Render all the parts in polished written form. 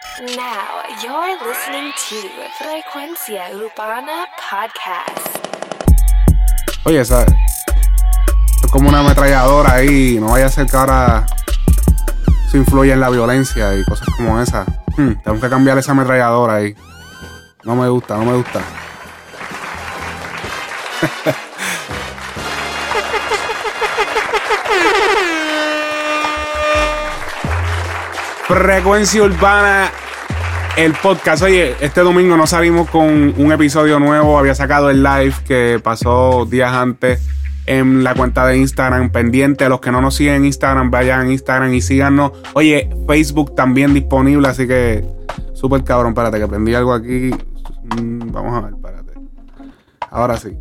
Now you're listening to Frecuencia Urbana Podcast. Oye, esa es como una ametralladora ahí. No vaya a ser que ahora se influya en la violencia y cosas como esa. Tengo que cambiar esa ametralladora ahí. No me gusta. Frecuencia Urbana, el podcast. Oye, este domingo no salimos con un episodio nuevo. Había sacado el live que pasó días antes en la cuenta de Instagram. Pendiente, a los que no nos siguen en Instagram, vayan a Instagram y síganos. Oye, Facebook también disponible, así que súper cabrón. Espérate, que prendí algo aquí. Vamos a ver, espérate. Ahora sí.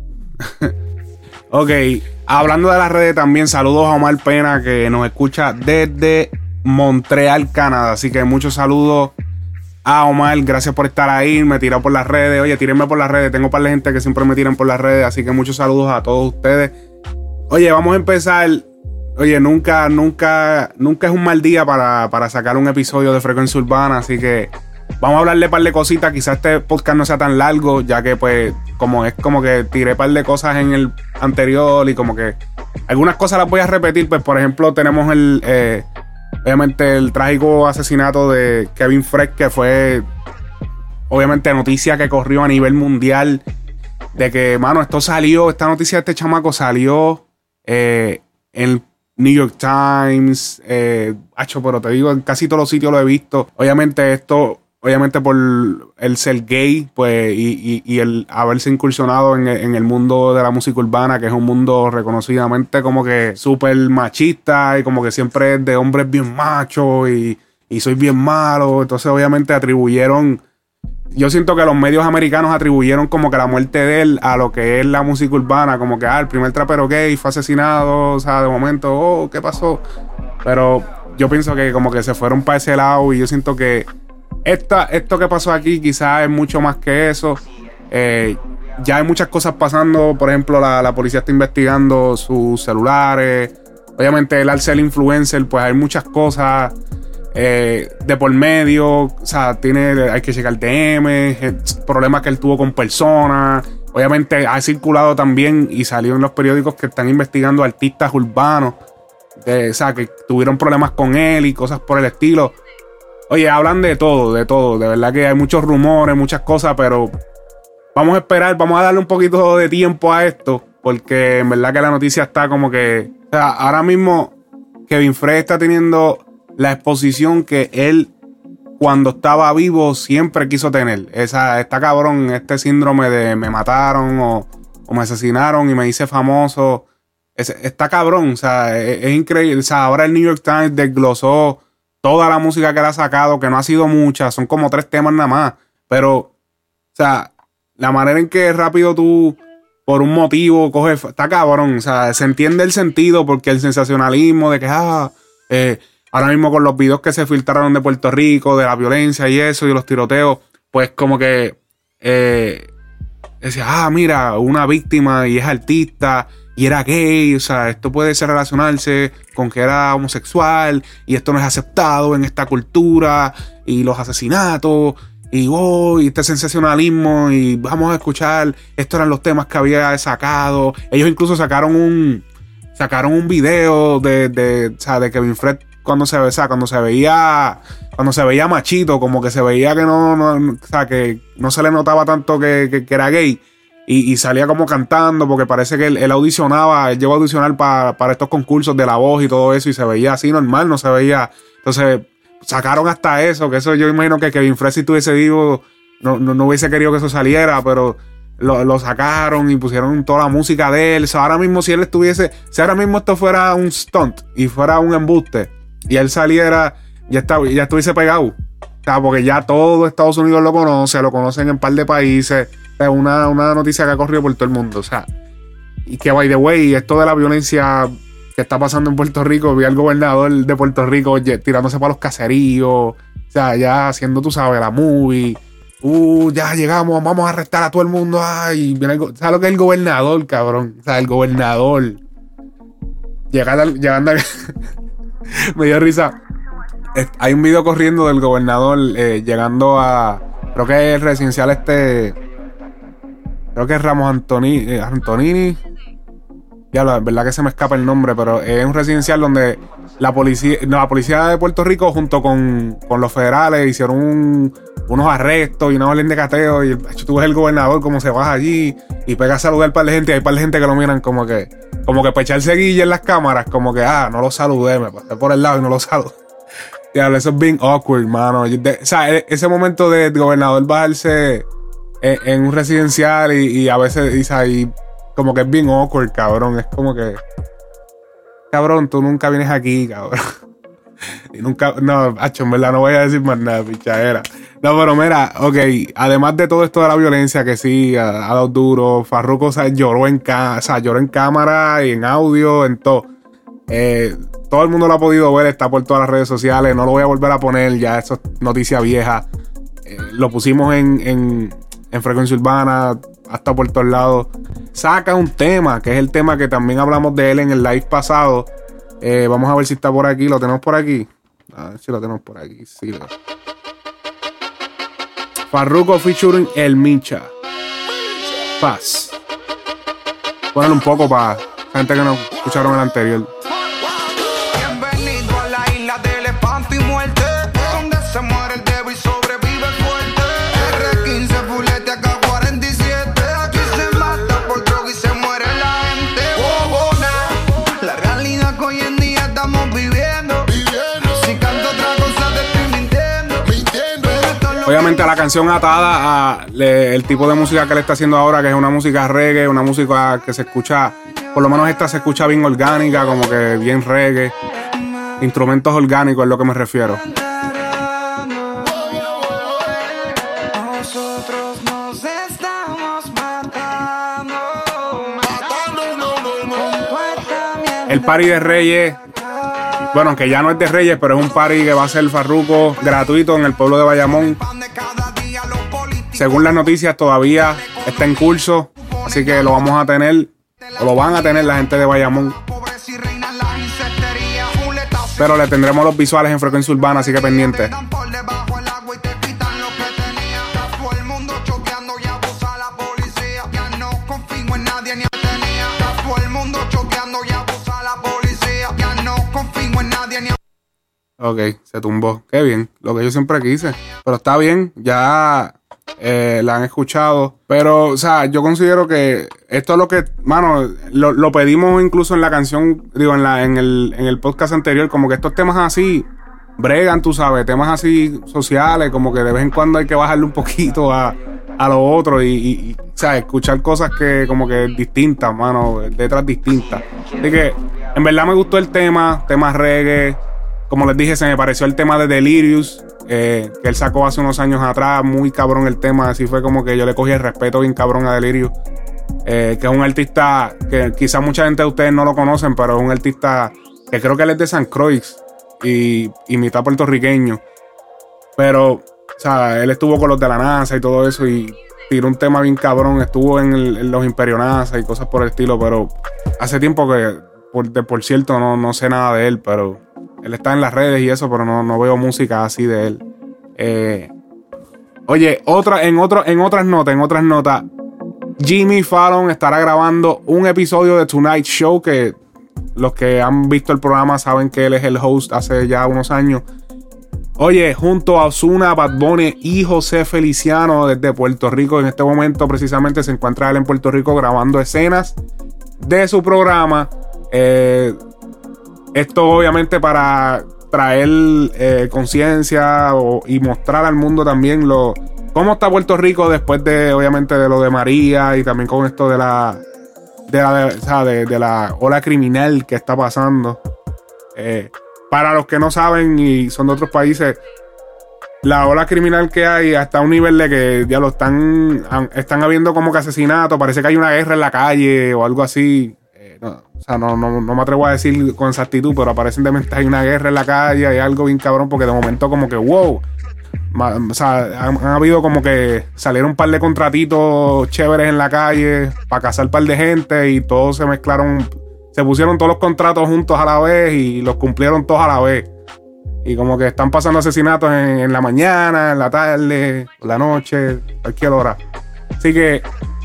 Ok, hablando de las redes también, saludos a Omar Pena, que nos escucha desde Montreal, Canadá. Así que muchos saludos a Omar. Gracias por estar ahí. Me tiró por las redes. Oye, tírenme por las redes. Tengo un par de gente que siempre me tiran por las redes. Así que muchos saludos a todos ustedes. Oye, vamos a empezar. Oye, nunca es un mal día para sacar un episodio de Frecuencia Urbana. Así que vamos a hablarle un par de cositas. Quizás este podcast no sea tan largo, ya que pues como que tiré un par de cosas en el anterior y como que algunas cosas las voy a repetir. Pues por ejemplo tenemos obviamente el trágico asesinato de Kevin Fred, que fue obviamente noticia que corrió a nivel mundial. De que, mano, esta noticia de este chamaco salió en New York Times, pero te digo, en casi todos los sitios lo he visto. Obviamente por el ser gay, pues, y el haberse incursionado en el mundo de la música urbana, que es un mundo reconocidamente como que súper machista y como que siempre es de hombres bien machos y soy bien malo. Entonces, obviamente yo siento que los medios americanos atribuyeron como que la muerte de él a lo que es la música urbana, como que el primer trapero gay fue asesinado, o sea, de momento, ¿qué pasó? Pero yo pienso que como que se fueron para ese lado y yo siento que esto que pasó aquí quizás es mucho más que eso. Ya hay muchas cosas pasando. Por ejemplo, la policía está investigando sus celulares. Obviamente él al ser influencer, pues hay muchas cosas de por medio. O sea, hay que checar DMs, problemas que él tuvo con personas. Obviamente ha circulado también y salió en los periódicos que están investigando artistas urbanos, o sea, que tuvieron problemas con él y cosas por el estilo. Oye, hablan de todo. De verdad que hay muchos rumores, muchas cosas, pero vamos a esperar, vamos a darle un poquito de tiempo a esto, porque en verdad que la noticia está como que, o sea, ahora mismo Kevin Fred está teniendo la exposición que él cuando estaba vivo siempre quiso tener. Está cabrón, este síndrome de me mataron o me asesinaron y me hice famoso. Está cabrón, o sea, es increíble. O sea, ahora el New York Times desglosó toda la música que él ha sacado, que no ha sido mucha, son como 3 temas nada más. Pero, o sea, la manera en que rápido tú, por un motivo, coges, está cabrón. O sea, se entiende el sentido porque el sensacionalismo de que, ahora mismo con los videos que se filtraron de Puerto Rico, de la violencia y eso, y los tiroteos, pues como que decía, mira, una víctima y es artista y era gay, o sea, esto puede ser relacionarse con que era homosexual y esto no es aceptado en esta cultura y los asesinatos y este sensacionalismo y vamos a escuchar, estos eran los temas que había sacado. Ellos incluso sacaron un video de Kevin Fred cuando se veía machito, como que se veía que o sea, que no se le notaba tanto que era gay. Y salía como cantando, porque parece que él audicionaba, él llegó a audicionar para estos concursos de La Voz y todo eso, y se veía así normal, no se veía. Entonces, sacaron hasta eso, que eso yo imagino que Kevin Fred, si estuviese vivo, no hubiese querido que eso saliera, pero lo sacaron y pusieron toda la música de él. O sea, ahora mismo, si ahora mismo esto fuera un stunt y fuera un embuste, y él saliera, ya estuviese pegado. O sea, porque ya todo Estados Unidos lo conocen en un par de países. Es una noticia que ha corrido por todo el mundo, o sea, y que by the way, esto de la violencia que está pasando en Puerto Rico, vi al gobernador de Puerto Rico tirándose para los caseríos, o sea, ya haciendo, tú sabes, la movie, ya llegamos, vamos a arrestar a todo el mundo, ¿sabes lo que es el gobernador, cabrón? O sea, el gobernador llegando me dio risa. hay un video corriendo del gobernador llegando a, creo que es el residencial creo que es Ramos Antonini. Ya, la verdad que se me escapa el nombre, pero es un residencial donde la policía de Puerto Rico junto con los federales hicieron unos arrestos y una orden de cateo, y tú ves el gobernador como se baja allí y pega a saludar para la gente, y hay par de gente que lo miran como que para echarse guilla en las cámaras, como que no lo saludé, me pasé por el lado y no lo saludé. Diablo, eso es bien awkward, mano. O sea, ese momento de gobernador bajarse en un residencial y a veces y como que es bien awkward, cabrón. Es como que, cabrón, tú nunca vienes aquí, cabrón. Y nunca, no, hacho, en verdad no voy a decir más nada, pichadera. No, pero mira, ok, además de todo esto de la violencia, que sí, ha dado duro, Farruko, o sea, lloró en cámara y en audio, en todo. Todo el mundo lo ha podido ver, está por todas las redes sociales, no lo voy a volver a poner, ya eso es noticia vieja. Lo pusimos en Frecuencia Urbana, hasta por todos lados. Saca un tema, que es el tema que también hablamos de él en el live pasado. Vamos a ver si está por aquí. ¿Lo tenemos por aquí? A ver si lo tenemos por aquí. Sí, Farruko featuring El Micha. Paz. Ponle un poco para gente que no escucharon el anterior. Bienvenido a la isla del espanto y muerte, donde se muere el débil y sobrevive el fuerte. R15 fulete AK-47, aquí se mata por droga y se muere la gente. La realidad que hoy en día estamos viviendo. Si canto otra cosa te estoy mintiendo. Obviamente la canción atada a el tipo de música que le está haciendo ahora, que es una música reggae, una música que se escucha, por lo menos esta se escucha bien orgánica, como que bien reggae. Instrumentos orgánicos es lo que me refiero. Nosotros nos estamos matando. El party de Reyes, bueno, que ya no es de Reyes, pero es un party que va a ser Farruko gratuito en el pueblo de Bayamón. Según las noticias todavía está en curso, así que lo vamos a tener, o lo van a tener la gente de Bayamón. Pero le tendremos los visuales en Frecuencia Urbana, así que pendiente. Ok, se tumbó. Qué bien, lo que yo siempre quise. Pero está bien, ya la han escuchado. Pero, o sea, yo considero que esto es lo que, mano, lo pedimos incluso en la canción, digo, en el podcast anterior, como que estos temas así bregan, tú sabes, temas así sociales, como que de vez en cuando hay que bajarle un poquito a lo otro y o sea, escuchar cosas que como que distintas, mano, letras distintas. Así que, en verdad me gustó el tema reggae. Como les dije, se me pareció el tema de Delirious, que él sacó hace unos años atrás. Muy cabrón el tema. Así fue como que yo le cogí el respeto bien cabrón a Delirious. Que es un artista que quizás mucha gente de ustedes no lo conocen, pero es un artista que creo que él es de San Croix y mitad puertorriqueño. Pero, o sea, él estuvo con los de la NASA y todo eso y tiró un tema bien cabrón. Estuvo en los Imperio NASA y cosas por el estilo, pero hace tiempo que, por cierto, no sé nada de él, pero él está en las redes y eso, pero no veo música así de él. Oye, en otras notas, Jimmy Fallon estará grabando un episodio de Tonight Show, que los que han visto el programa saben que él es el host hace ya unos años. Oye, junto a Ozuna, Bad Bunny y José Feliciano desde Puerto Rico. En este momento precisamente se encuentra él en Puerto Rico grabando escenas de su programa. Esto obviamente para traer conciencia y mostrar al mundo también cómo está Puerto Rico después de, obviamente, de lo de María y también con esto de la ola criminal que está pasando. Para los que no saben y son de otros países, la ola criminal que hay hasta un nivel de que ya lo están habiendo como que asesinatos. Parece que hay una guerra en la calle o algo así. No me atrevo a decir con exactitud, pero aparentemente hay una guerra en la calle, hay algo bien cabrón, porque de momento como que wow. O sea, han habido como que salieron un par de contratitos chéveres en la calle para cazar un par de gente y todos se mezclaron, se pusieron todos los contratos juntos a la vez y los cumplieron todos a la vez. Y como que están pasando asesinatos en la mañana, en la tarde, por la noche, cualquier hora. Así que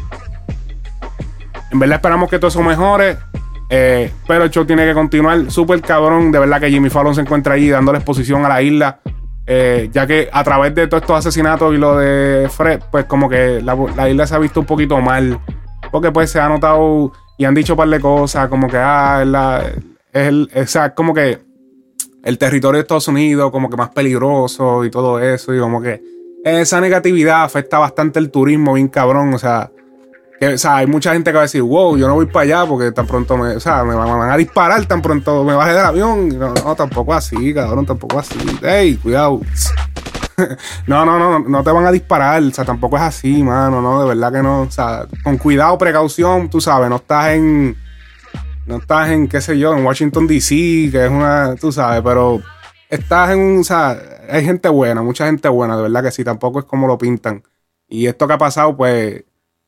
en verdad esperamos que todo eso mejore. Pero el show tiene que continuar. Súper cabrón. De verdad que Jimmy Fallon se encuentra allí dándole exposición a la isla. Ya que a través de todos estos asesinatos y lo de Fred, pues como que la isla se ha visto un poquito mal. Porque pues se ha notado y han dicho un par de cosas. Como que o sea, como que el territorio de Estados Unidos como que más peligroso y todo eso. Y como que esa negatividad afecta bastante el turismo bien cabrón. O sea, hay mucha gente que va a decir, wow, yo no voy para allá porque tan pronto me van a disparar, tan pronto me baje del avión. No, tampoco así, cabrón, tampoco así. Ey, cuidado. No te van a disparar. O sea, tampoco es así, mano, no, de verdad que no. O sea, con cuidado, precaución, tú sabes, no estás en, qué sé yo, en Washington DC, que es una, tú sabes, pero estás o sea, hay gente buena, mucha gente buena, de verdad que sí, tampoco es como lo pintan. Y esto que ha pasado, pues,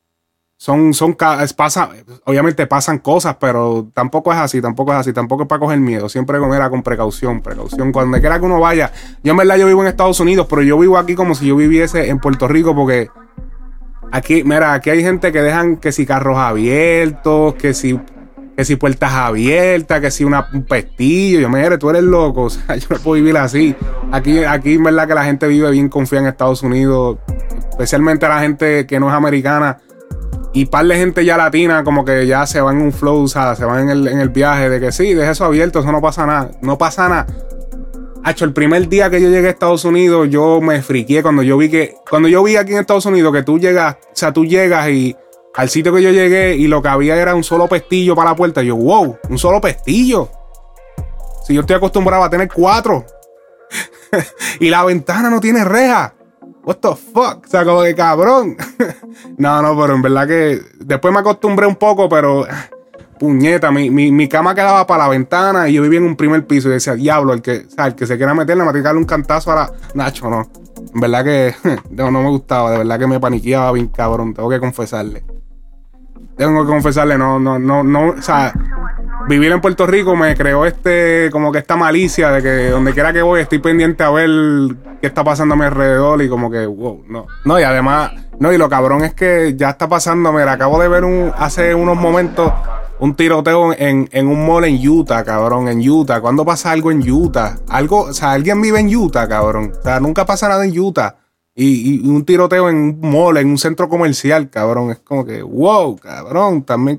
obviamente pasan cosas, pero tampoco es así, tampoco es para coger miedo, siempre con precaución, cuando quiera que uno vaya. Yo en verdad yo vivo en Estados Unidos, pero yo vivo aquí como si yo viviese en Puerto Rico, porque aquí hay gente que dejan que si carros abiertos, que si puertas abiertas, que si un pestillo. Yo me tú eres loco, o sea, yo no puedo vivir así. Aquí en verdad que la gente vive bien confiada en Estados Unidos, especialmente la gente que no es americana. Y par de gente ya latina como que ya se van en un flow, o sea, se van en el viaje de que sí, deja eso abierto, eso no pasa nada. No pasa nada. Hacho, el primer día que yo llegué a Estados Unidos, yo me friqué cuando yo vi aquí en Estados Unidos que tú llegas y al sitio que yo llegué y lo que había era un solo pestillo para la puerta. Yo, wow, un solo pestillo. Si yo estoy acostumbrado a tener 4. Y la ventana no tiene reja. What the fuck? O sea, como que cabrón. No, pero en verdad que después me acostumbré un poco, pero puñeta, mi cama quedaba para la ventana y yo vivía en un primer piso y decía, diablo, el que se quiera meter, le va a tirarle un cantazo a la Nacho, no. En verdad que no me gustaba, de verdad que me paniqueaba bien cabrón, tengo que confesarle, no, o sea, vivir en Puerto Rico me creó como que esta malicia de que donde quiera que voy estoy pendiente a ver qué está pasando a mi alrededor y como que, wow, no, y además, y lo cabrón es que ya está pasando, mira, acabo de ver hace unos momentos un tiroteo en un mall en Utah, cabrón, en Utah. ¿Cuándo pasa algo en Utah? O sea, alguien vive en Utah, cabrón, o sea, nunca pasa nada en Utah. Y un tiroteo en un mall, en un centro comercial, cabrón. Es como que, wow, cabrón. También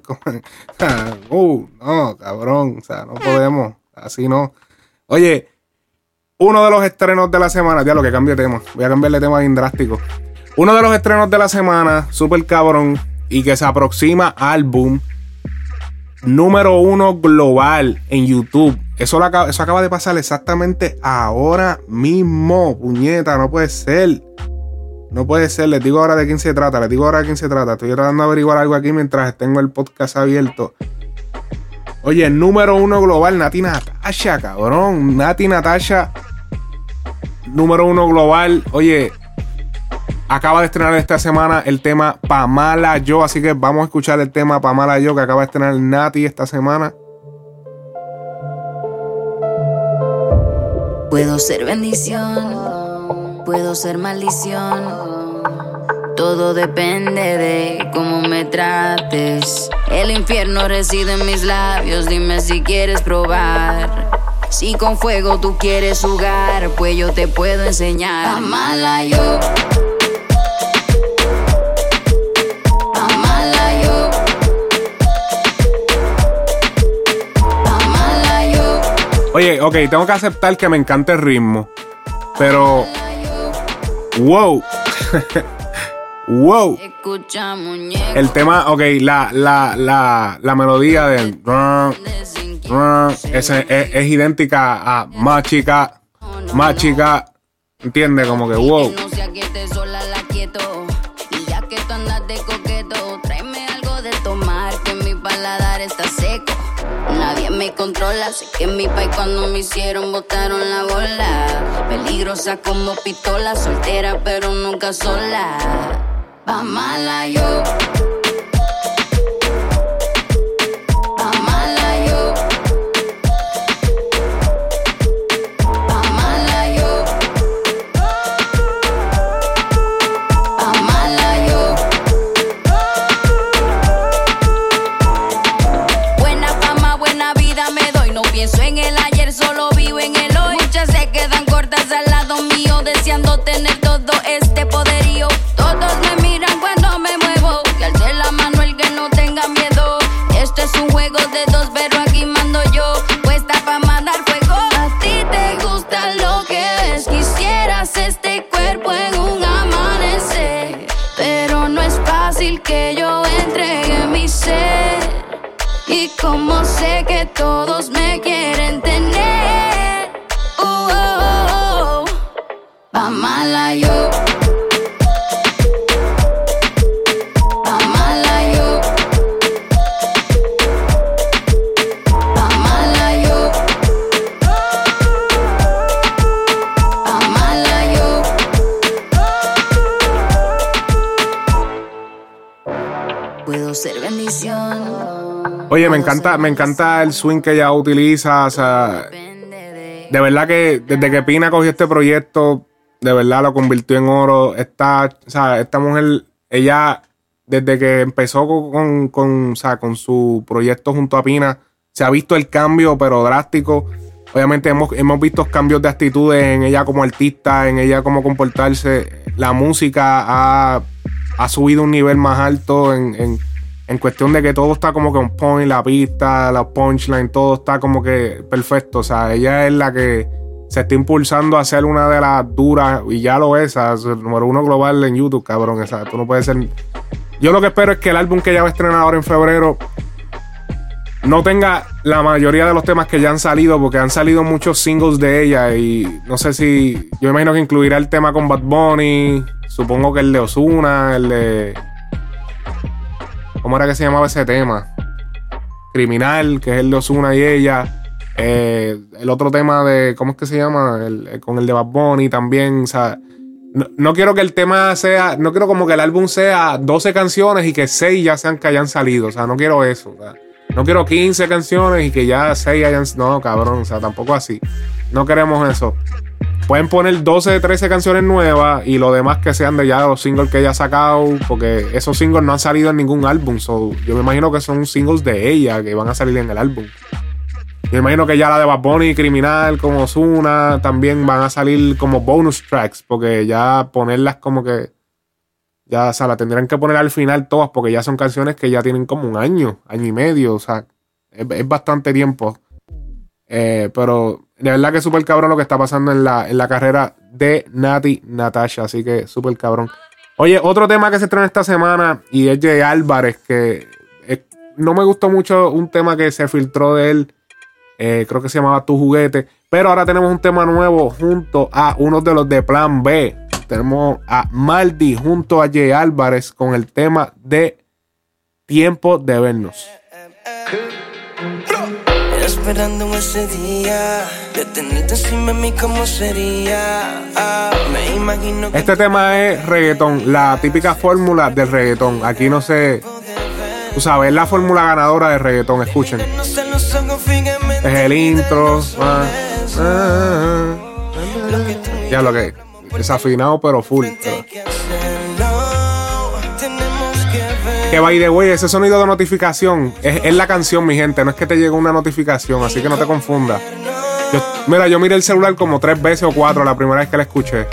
no, cabrón. O sea, no podemos. Así no. Oye, uno de los estrenos de la semana. Ya lo que cambie de tema. Voy a cambiar de tema bien drástico. Uno de los estrenos de la semana, súper cabrón, y que se aproxima álbum número 1 global en YouTube. Eso acaba de pasar exactamente ahora mismo. Puñeta, no puede ser. No puede ser. Les digo ahora de quién se trata. Estoy tratando de averiguar algo aquí mientras tengo el podcast abierto. Oye, número 1 global, Nati Natasha, cabrón. Nati Natasha, número 1 global. Oye, acaba de estrenar esta semana el tema Pa' Mala Yo. Así que vamos a escuchar el tema Pa' Mala Yo que acaba de estrenar Nati esta semana. Puedo ser bendición, puedo ser maldición. Todo depende de cómo me trates. El infierno reside en mis labios, dime si quieres probar. Si con fuego tú quieres jugar, pues yo te puedo enseñar. Pa' mala yo. Pa' mala yo. Pa' mala yo. Oye, ok, tengo que aceptar que me encanta el ritmo. Pero wow. Wow. Escucha, muñeco. El tema, ok, la melodía del es idéntica a más chica. ¿Entiendes? Como que wow. No sea que te sola la quieto. Y ya que tú andas de coqueto, tráeme algo de tomar, que mi paladar está seco. Nadie me controla, sé que en mi país cuando me hicieron botaron la bola. Peligrosa como pistola, soltera pero nunca sola. Pa' mala yo. Pa' mala yo. Pa' mala Oye, me encanta el swing que ella utiliza. O sea, de verdad que desde que Pina cogió este proyecto, de verdad lo convirtió en oro. Esta mujer, ella, desde que empezó con su proyecto junto a Pina, se ha visto el cambio, pero drástico. Obviamente hemos visto cambios de actitudes en ella como artista, en ella como comportarse. La música ha subido un nivel más alto en cuestión de que todo está como que on point, la pista, la punchline, todo está como que perfecto. O sea, ella es la que se está impulsando a ser una de las duras, y ya lo es, o sea, el número 1 global en YouTube, cabrón. O sea, tú no puedes ser... Yo lo que espero es que el álbum que ella va a estrenar ahora en febrero no tenga la mayoría de los temas que ya han salido, porque han salido muchos singles de ella y no sé si... Yo imagino que incluirá el tema con Bad Bunny, supongo que el de Ozuna, el de... ¿Cómo era que se llamaba ese tema? Criminal, que es el de Ozuna y ella. El otro tema de... ¿Cómo es que se llama? Con el de Bad Bunny también, o sea... No quiero que el tema sea... No quiero como que el álbum sea 12 canciones y que 6 ya sean que hayan salido. O sea, no quiero eso. O sea, no quiero 15 canciones y que ya 6 hayan... No, cabrón. O sea, tampoco así. No queremos eso. Pueden poner 12, 13 canciones nuevas y lo demás que sean de ya los singles que ella ha sacado, porque esos singles no han salido en ningún álbum. So, yo me imagino que son singles de ella que van a salir en el álbum. Yo me imagino que ya la de Bad Bunny, Criminal, como Ozuna, también van a salir como bonus tracks, porque ya ponerlas como que... Ya, o sea, la tendrán que poner al final todas, porque ya son canciones que ya tienen como un año y medio, o sea, es bastante tiempo. Pero de verdad que es súper cabrón lo que está pasando en la carrera de Nati Natasha, así que súper cabrón. Oye, otro tema que se estrenó esta semana y es Jay Álvarez, que no me gustó mucho un tema que se filtró de él. Creo que se llamaba Tu Juguete. Pero ahora tenemos un tema nuevo junto a uno de los de Plan B. Tenemos a Maldi junto a Jay Álvarez con el tema de Tiempo de Vernos. Esperando ese día de tenerte encima de mí, ¿cómo sería? Me imagino que... Este tema es reggaetón, la típica fórmula del reggaetón. Aquí no sé... Tú sabes, es la fórmula ganadora de reggaetón, escuchen. Es el intro. Ya lo que desafinado, pero full. Que by the way, ese sonido de notificación es la canción, mi gente. No es que te llegue una notificación, así que no te confundas. Yo miré el celular como 3 veces o 4 la primera vez que la escuché.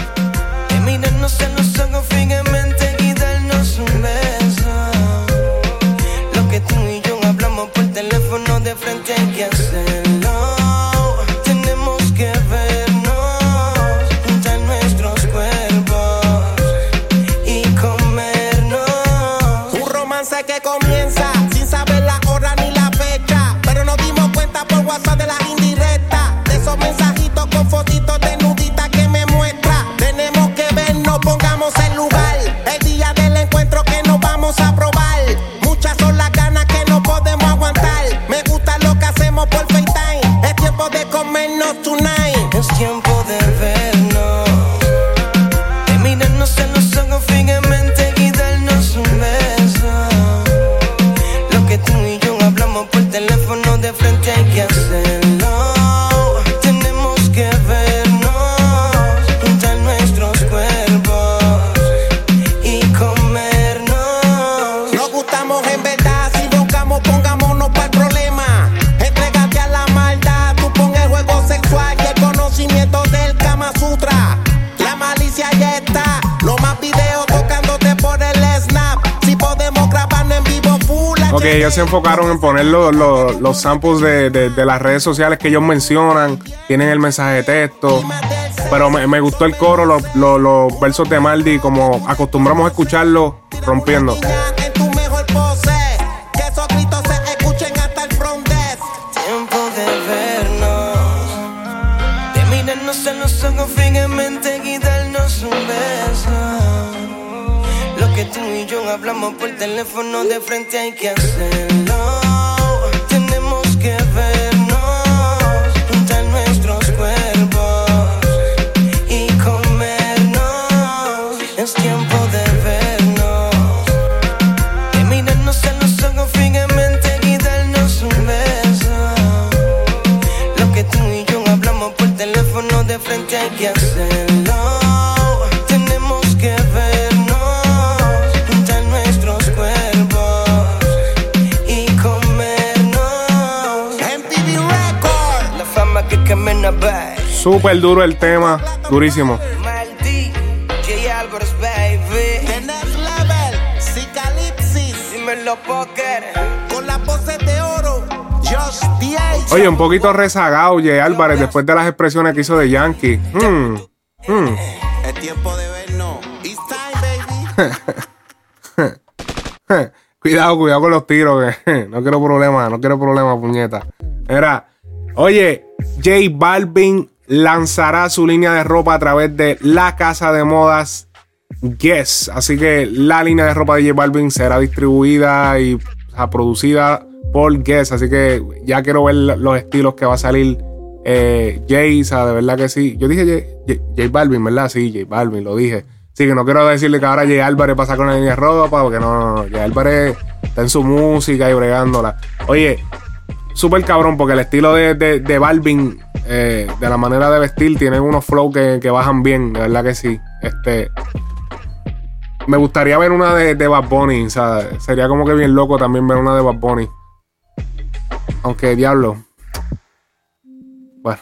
Ok, ellos se enfocaron en poner los samples de las redes sociales que ellos mencionan. Tienen el mensaje de texto. Pero me gustó el coro, los versos de Maldi, como acostumbramos a escucharlo rompiendo. Tú y yo hablamos por teléfono de frente, hay que hacerlo. Tenemos que vernos, juntar nuestros cuerpos y comernos. Es tiempo de vernos, de mirarnos a los ojos fijamente y darnos frente hay que hacerlo. Tenemos que vernos, juntar nuestros cuerpos y comernos. MTV Record. La fama que camina back. Súper duro el tema, durísimo. Maldi, J. Álvarez, baby. The next level, Psicalipsis. Dímelo, Poker. Con las voces de oro, Just the Ace. Oye, un poquito rezagado Jay Álvarez después de las expresiones que hizo de Yankee. Es tiempo de vernos. It's time, baby. Cuidado con los tiros, que no quiero problemas, puñeta. Mira, oye, J Balvin lanzará su línea de ropa a través de la casa de modas Guess. Así que la línea de ropa de J Balvin será distribuida y producida por Guess. Así que ya quiero ver los estilos que va a salir Jay. O sea, de verdad que sí. Yo dije J Balvin, ¿verdad? Sí, J Balvin, lo dije. Sí, que no quiero decirle que ahora Jay Álvarez pasa con la línea de ropa, porque no. Jay Álvarez está en su música y bregándola. Oye, súper cabrón, porque el estilo de Balvin, de la manera de vestir, tienen unos flows que bajan bien, de verdad que sí. Me gustaría ver una de Bad Bunny, o sea, sería como que bien loco también ver una de Bad Bunny. Aunque, diablo. Bueno,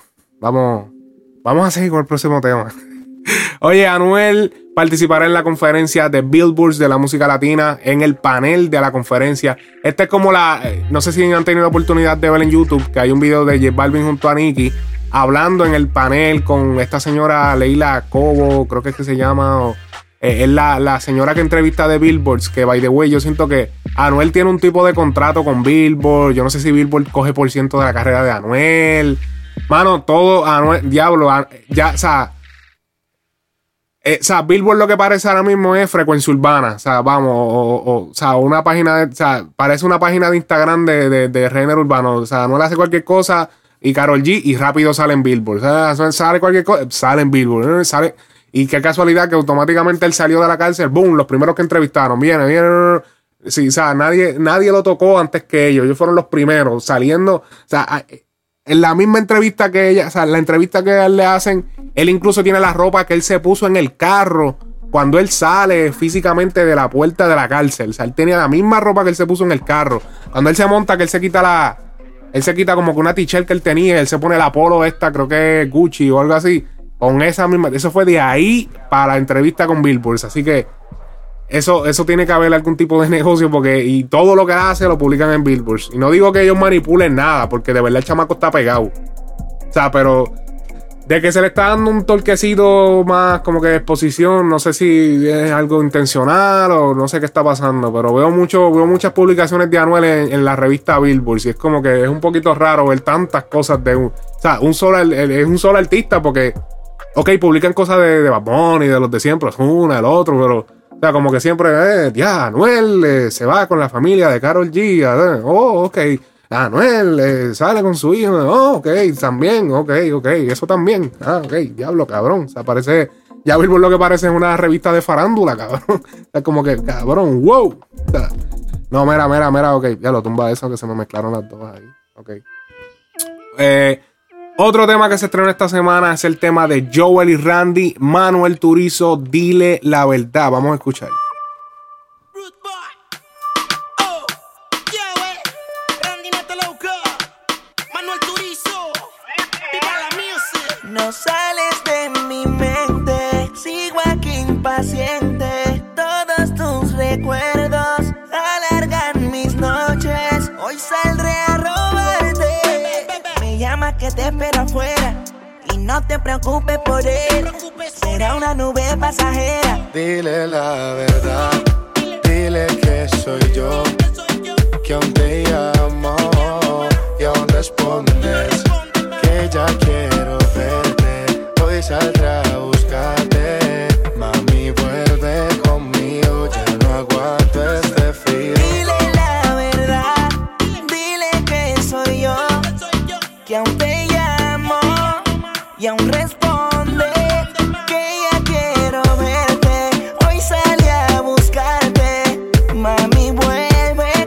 vamos a seguir con el próximo tema. Oye, Anuel participará en la conferencia de Billboard de la música latina, en el panel de la conferencia. Esta es como no sé si han tenido la oportunidad de ver en YouTube, que hay un video de J Balvin junto a Nicki hablando en el panel con esta señora Leila Cobo, creo que es que se llama, es la señora que entrevista de Billboard, que by the way, yo siento que Anuel tiene un tipo de contrato con Billboard. Yo no sé si Billboard coge por ciento de la carrera de Anuel. Mano, todo Anuel, diablo, ya, o sea, Billboard lo que parece ahora mismo es Frecuencia Urbana. O sea, vamos, o sea, una página, o sea, parece una página de Instagram de género urbano. O sea, Anuel hace cualquier cosa y Karol G y rápido sale en Billboard. O sea, sale cualquier cosa, sale en Billboard, sale. Y qué casualidad que automáticamente él salió de la cárcel, boom, los primeros que entrevistaron, viene. Sí, o sea, nadie lo tocó antes que ellos fueron los primeros, saliendo, o sea, en la misma entrevista que ella, o sea, la entrevista que le hacen, él incluso tiene la ropa que él se puso en el carro cuando él sale físicamente de la puerta de la cárcel. O sea, él tenía la misma ropa que él se puso en el carro. Cuando él se monta, que él se quita como que una t-shirt que él tenía, él se pone la polo esta, creo que es Gucci o algo así, con esa misma, eso fue de ahí para la entrevista con Billboard. Así que eso tiene que haber algún tipo de negocio, porque y todo lo que hace lo publican en Billboard. Y no digo que ellos manipulen nada, porque de verdad el chamaco está pegado. O sea, pero de que se le está dando un torquecito más como que de exposición, no sé si es algo intencional o no sé qué está pasando, pero veo muchas publicaciones de Anuel en la revista Billboard, y es como que es un poquito raro ver tantas cosas de es un solo artista, porque ok, publican cosas de Bad Bunny, de los de siempre, una, el otro, pero o sea, como que siempre, Anuel se va con la familia de Karol G, ok, Anuel sale con su hijo, ok, también, ok, eso también, ok, diablo, cabrón, o sea, parece, ya Billboard lo que parece es una revista de farándula, cabrón, es como que, cabrón, wow, o sea, no, mira, ok, ya lo tumba eso, que se me mezclaron las dos ahí, ok. Otro tema que se estrenó esta semana es el tema de Joel y Randy, Manuel Turizo, Dile la Verdad. Vamos a escuchar. No sales de mi mente, sigo aquí impaciente. Todos tus recuerdos alargan mis noches. Hoy saldré a robarte. Me llama que te espero afuera y no te preocupes por él. Será una nube pasajera. Dile la verdad, dile que soy yo, que aún te llamo y aún respondes que ya quiero verte. Hoy saldré a buscarte, mami, vuelve conmigo, ya no aguanto este frío. Dile la verdad, dile que soy yo, que aún te llamo y aún responde que ya quiero verte. Hoy salí a buscarte, mami, vuelve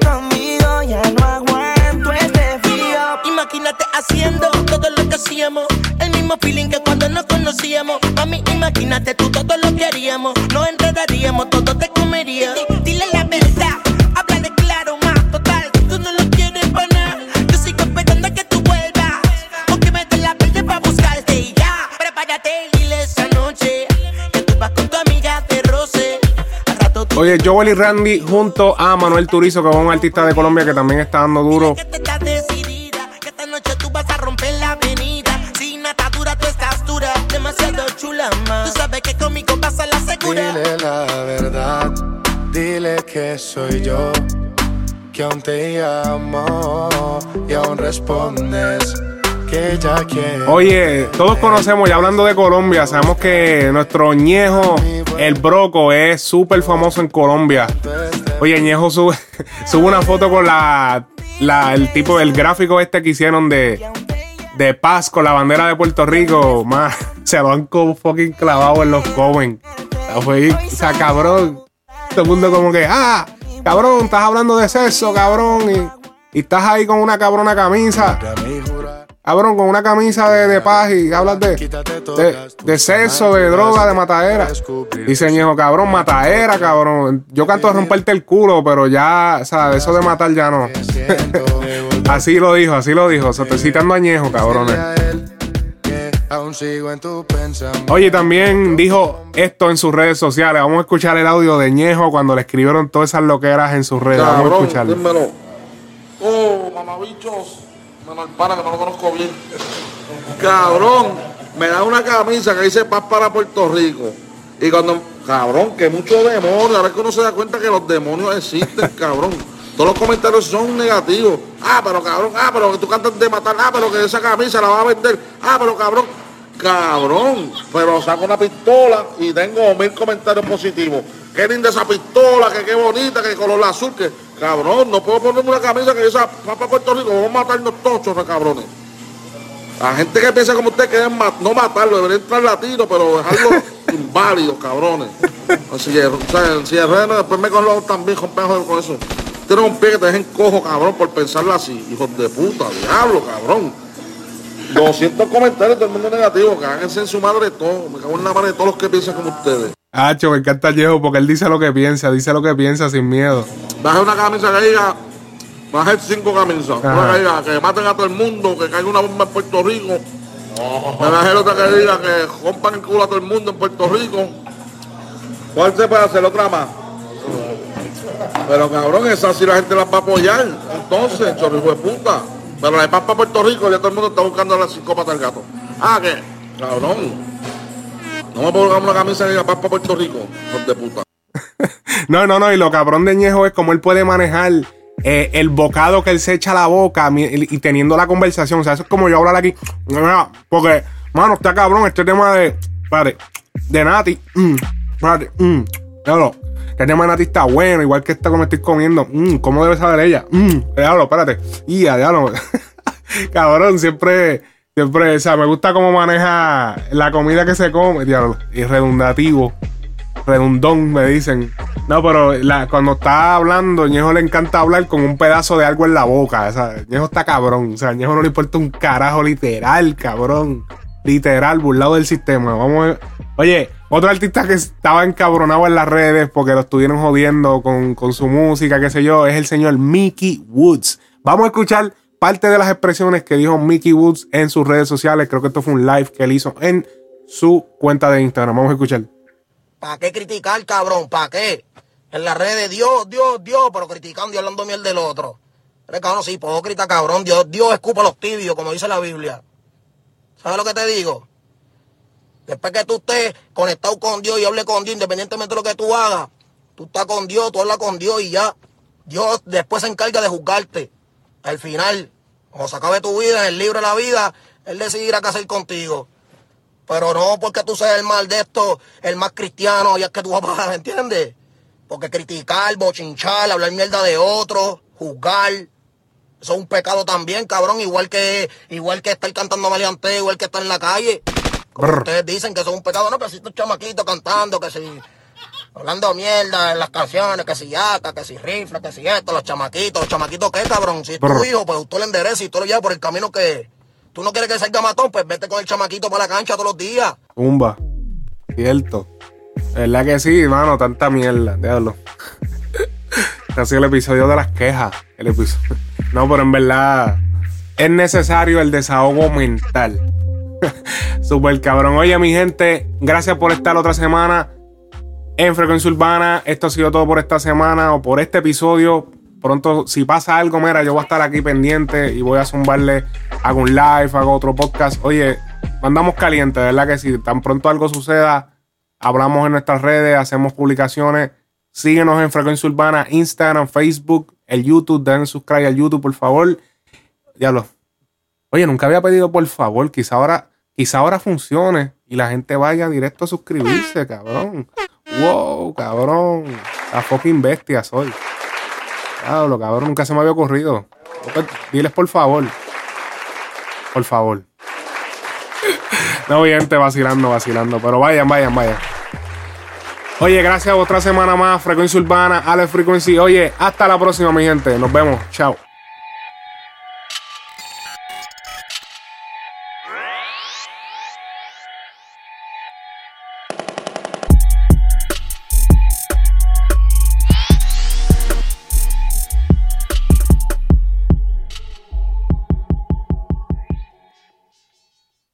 Imagínate tú, todo lo que haríamos. Nos enredaríamos, todo te comería. Dile la verdad, háblale claro, más total. Tú no lo quieres para nada. Yo sigo esperando a que tú vuelvas. O que me des la verde para buscarte y ya. Prepárate, dile esa noche que tú vas con tu amiga de roce. Al rato tú Oye, Joel y Randy junto a Manuel Turizo, que es un artista de Colombia que también está dando duro. que te estás decidida, que esta noche tú vas a romper la avenida. Sin atadura tú estás dura, demasiado chula más. Tú sabes que conmigo vas a la segura. Dile la verdad, dile que soy yo, que aún te llamo y aún respondes que ya quiero. Oye, todos conocemos, ya hablando de Colombia, sabemos que nuestro Ñejo, el Broco, es súper famoso en Colombia. Oye, Ñejo sube una foto con el tipo del gráfico este que hicieron de paz con la bandera de Puerto Rico. Más, se lo han fucking clavado en los comments. O sea, cabrón. Todo el mundo como que, cabrón, estás hablando de sexo, cabrón. Y estás ahí con una cabrona camisa. Cabrón, con una camisa de paz y hablas de sexo, de droga, de matadera. Dice Ñejo, cabrón, matadera, cabrón. Yo canto de romperte el culo, pero ya, o sea, eso de matar ya no. Así lo dijo. O sea, estoy citando a Ñejo, cabrones. Oye, también dijo esto en sus redes sociales. Vamos a escuchar el audio de Ñejo cuando le escribieron todas esas loqueras en sus redes. Vamos a escucharlo. Dímelo. Oh, mamabichos. Mano, el pana que no lo conozco bien. Cabrón, me da una camisa que dice paz para Puerto Rico. Y cuando, cabrón, que mucho demonio. Ahora es que uno se da cuenta que los demonios existen, cabrón. Todos los comentarios son negativos. Pero cabrón, pero que tú cantas de matar. Pero que esa camisa la va a vender. Pero cabrón, pero saco una pistola y tengo 1000 comentarios positivos. Qué linda esa pistola, que qué bonita, que color azul, que cabrón, no puedo ponerme una camisa que dice para Puerto Rico, vamos a matarnos todos, chorre, cabrones. La gente que piensa como usted que es no matarlo, debería entrar latino, pero dejarlo inválido, cabrones. Si el reno después me cojo también con eso. Tienen un pie que te dejen cojo, cabrón, por pensarlo así. Hijos de puta, diablo, cabrón. 200 comentarios, todo el mundo negativo, cáganse en su madre todo. Me cago en la madre de todos los que piensan como ustedes. Me encanta el Ñejo porque él dice lo que piensa sin miedo. Baje una camisa que diga, baje 5 camisas. Una que diga que maten a todo el mundo, que caiga una bomba en Puerto Rico. Me bajé otra que diga que rompan el culo a todo el mundo en Puerto Rico. ¿Cuál se puede hacer? Otra más. Pero cabrón, esa sí la gente las va a apoyar. Entonces, chorro hijo de puta. Pero la de paz para Puerto Rico, ya todo el mundo está buscando a la psicópata del gato. ¿Qué? Cabrón. No me puedo poner una camisa que diga paz para Puerto Rico, hijo de puta. No, y lo cabrón de Ñejo es como él puede manejar el bocado que él se echa a la boca y teniendo la conversación. O sea, eso es como yo hablar aquí. Porque, mano, está cabrón este tema de Nati. Claro, este tema de Nati está bueno, igual que esta que me estoy comiendo. ¿Cómo debe saber ella? Diablo, espérate. Diablo. Cabrón, siempre, o sea, me gusta cómo maneja la comida que se come. Diablo, y redundón, me dicen. No, pero cuando está hablando, Ñejo le encanta hablar con un pedazo de algo en la boca. O sea, Ñejo está cabrón. O sea, Ñejo no le importa un carajo, literal, cabrón. Literal, burlado del sistema. Vamos a ver. Oye, otro artista que estaba encabronado en las redes porque lo estuvieron jodiendo con su música, qué sé yo, es el señor Mickey Woods. Vamos a escuchar parte de las expresiones que dijo Mickey Woods en sus redes sociales. Creo que esto fue un live que él hizo en su cuenta de Instagram. Vamos a escuchar. ¿Para qué criticar, cabrón? ¿Para qué? En las redes, Dios, pero criticando y hablando miel del otro. Eres cabrón, sí, hipócrita, cabrón. Dios escupa a los tibios, como dice la Biblia. ¿Sabes lo que te digo? Después que tú estés conectado con Dios y hables con Dios, independientemente de lo que tú hagas, tú estás con Dios, tú hablas con Dios y ya. Dios después se encarga de juzgarte. Al final, cuando se acabe tu vida, en el libro de la vida, Él decidirá qué hacer contigo. Pero no porque tú seas el mal de esto, el más cristiano, y es que tú vas a pagar, ¿entiendes? Porque criticar, bochinchar, hablar mierda de otros, juzgar, eso es un pecado también, cabrón, igual que estar cantando maleanteo, igual que estar en la calle. Como ustedes dicen que eso es un pecado, no, que si estos chamaquitos cantando, que si hablando mierda en las canciones, que si yaca, que si rifla, que si esto, los chamaquitos ¿qué, cabrón? Si es tu hijo, pues tú le enderezas y tú lo llevas por el camino que tú no quieres que salga matón, pues vete con el chamaquito para la cancha todos los días. Cierto. ¿Verdad que sí, mano? Tanta mierda, diablo. Este ha sido el episodio de las quejas. No, pero en verdad es necesario el desahogo mental. Super cabrón. Oye, mi gente, gracias por estar otra semana en Frecuencia Urbana. Esto ha sido todo por esta semana o por este episodio. Pronto, si pasa algo, mira, yo voy a estar aquí pendiente y voy a zumbarle, hago un live, hago otro podcast. Oye, mandamos caliente, ¿verdad que si tan pronto algo suceda, hablamos en nuestras redes, hacemos publicaciones. Síguenos en Frecuencia Urbana, Instagram, Facebook, el YouTube. Den subscribe al YouTube, por favor. Diablo. Oye, nunca había pedido por favor. Quizá ahora funcione y la gente vaya directo a suscribirse, cabrón. Wow, cabrón. La fucking bestia soy. Diablo, cabrón, nunca se me había ocurrido. Diles por favor. Por favor. No, gente, vacilando. Pero vayan. Oye, gracias. Otra semana más. Frecuencia Urbana, Alex Frequency. Oye, hasta la próxima, mi gente. Nos vemos. Chao.